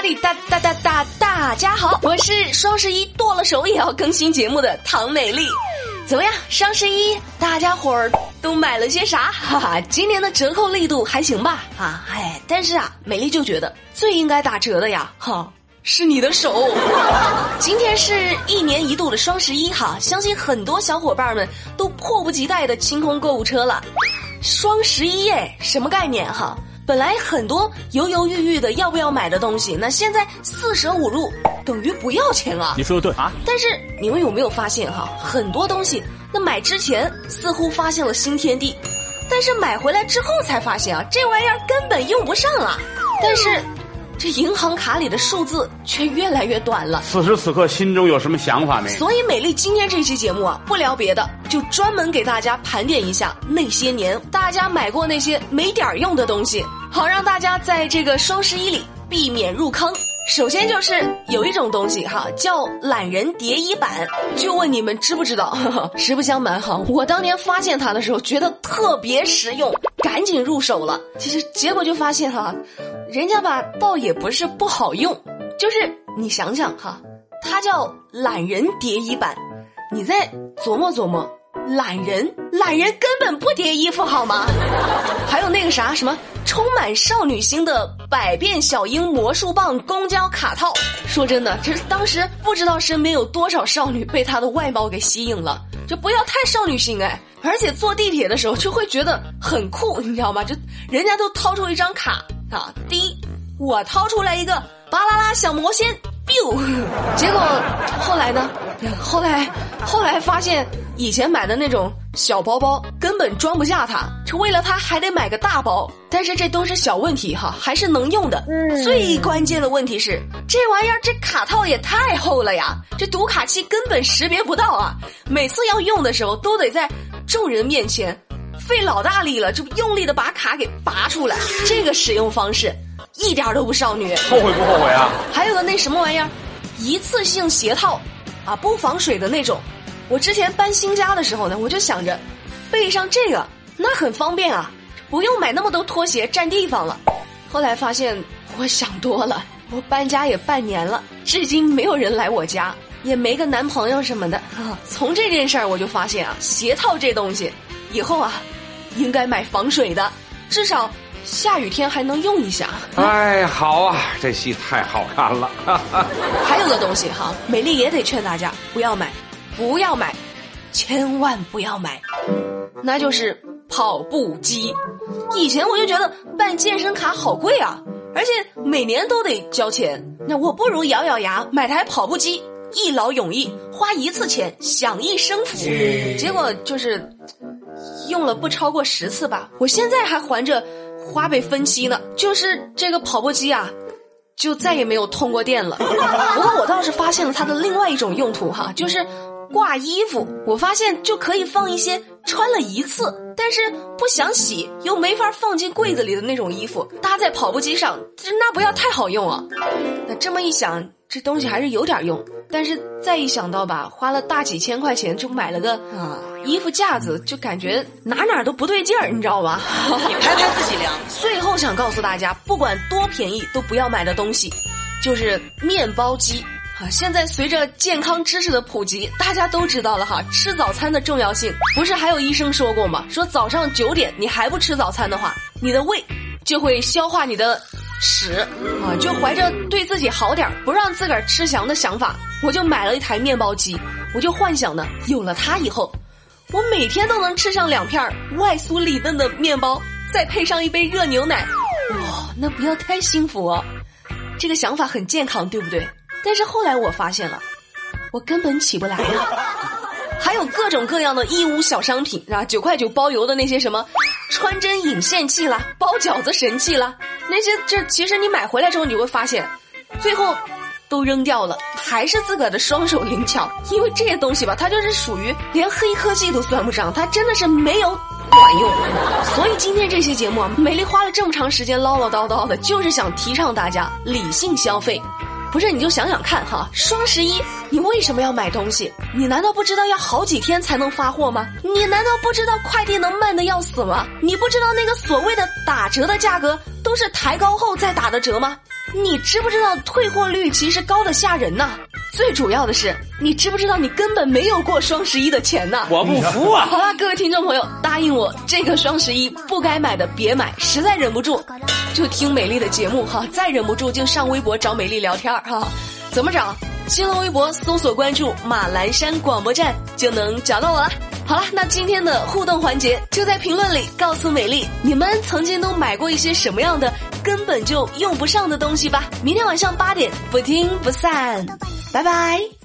里大家好，我是双十一剁了手也要更新节目的唐美丽。怎么样，双十一大家伙儿都买了些啥？哈哈，今年的折扣力度还行吧？但是美丽就觉得最应该打折的呀，是你的手。今天是1年1度的双十一哈，相信很多小伙伴们都迫不及待的清空购物车了。双十一什么概念哈？本来很多犹犹豫豫的要不要买的东西，那现在4舍5入等于不要钱啊！ 你说的对啊。 但是你们有没有发现哈，很多东西那买之前似乎发现了新天地，但是买回来之后才发现啊，这玩意儿根本用不上了。但是这银行卡里的数字却越来越短了。 此时此刻心中有什么想法没？ 所以美丽今天这期节目啊，不聊别的，就专门给大家盘点一下那些年大家买过那些没点用的东西，好让大家在这个双十一里避免入坑。首先就是有一种东西哈，叫懒人叠衣板，就问你们知不知道？实不相瞒哈，我当年发现它的时候觉得特别实用，赶紧入手了。其实结果就发现哈，人家吧倒也不是不好用，就是你想想哈，它叫懒人叠衣板，你再琢磨琢磨，懒人根本不叠衣服好吗？还有那个啥什么充满少女心的百变小樱魔术棒公交卡套，说真的，这当时不知道身边有多少少女被它的外貌给吸引了，就不要太少女心而且坐地铁的时候就会觉得很酷，你知道吗？就人家都掏出一张卡啊，第一我掏出来一个巴啦啦小魔仙 biu， 结果后来呢？后来发现以前买的那种小包包根本装不下它，这为了它还得买个大包。但是这都是小问题哈，还是能用的。最关键的问题是这玩意儿这卡套也太厚了呀，这读卡器根本识别不到啊！每次要用的时候都得在众人面前费老大力了，就用力的把卡给拔出来。这个使用方式一点都不少女， 后悔不后悔啊？ 还有个那什么玩意儿，一次性鞋套啊，不防水的那种。我之前搬新家的时候呢，我就想着备上这个那很方便啊，不用买那么多拖鞋占地方了。后来发现我想多了，我搬家也半年了，至今没有人来我家，也没个男朋友什么的从这件事儿我就发现啊，鞋套这东西以后啊应该买防水的，至少下雨天还能用一下。 好啊，这戏太好看了。 还有个东西哈，美丽也得劝大家不要买，千万不要买，那就是跑步机。以前我就觉得办健身卡好贵啊，而且每年都得交钱，那我不如咬咬牙买台跑步机，一劳永逸，花一次钱享一生福。结果就是用了不超过10次吧，我现在还还着花呗分期呢。就是这个跑步机啊就再也没有通过电了。不过我倒是发现了它的另外一种用途哈，就是挂衣服。我发现就可以放一些穿了一次但是不想洗又没法放进柜子里的那种衣服，搭在跑步机上，那不要太好用啊。那这么一想，这东西还是有点用，但是再一想到吧，花了大几千块钱就买了个衣服架子，就感觉哪都不对劲儿，你知道吧？ 你拍拍自己量。 最后想告诉大家，不管多便宜都不要买的东西就是面包机。现在随着健康知识的普及，大家都知道了哈，吃早餐的重要性。不是还有医生说过吗？说早上9点你还不吃早餐的话，你的胃就会消化你的屎就怀着对自己好点不让自个儿吃翔的想法，我就买了一台面包机。我就幻想呢，有了它以后，我每天都能吃上2片外酥里嫩的面包，再配上一杯热牛奶，那不要太幸福哦。这个想法很健康，对不对？但是后来我发现了，我根本起不来呀。还有各种各样的义乌小商品9块9包邮的那些什么穿针引线器啦，包饺子神器啦，那些其实你买回来之后你会发现最后都扔掉了，还是自个儿的双手灵巧。因为这些东西吧，它就是属于连黑科技都算不上，它真的是没有管用。所以今天这期节目美丽花了这么长时间唠唠叨叨的，就是想提倡大家理性消费。不是，你就想想看哈，双十一你为什么要买东西？你难道不知道要好几天才能发货吗？你难道不知道快递能慢得要死吗？你不知道那个所谓的打折的价格都是抬高后再打的折吗？ 你知不知道退货率其实高的吓人呐？最主要的是，你知不知道你根本没有过双11的钱呢？ 我不服啊！ 好啦，各位听众朋友，答应我，这个双11不该买的别买，实在忍不住就听美丽的节目哈，再忍不住就上微博找美丽聊天哈。怎么找？新浪微博搜索关注马栏山广播站就能找到我了。好了，那今天的互动环节就在评论里告诉美丽，你们曾经都买过一些什么样的根本就用不上的东西吧。明天晚上8点不听不散，拜拜。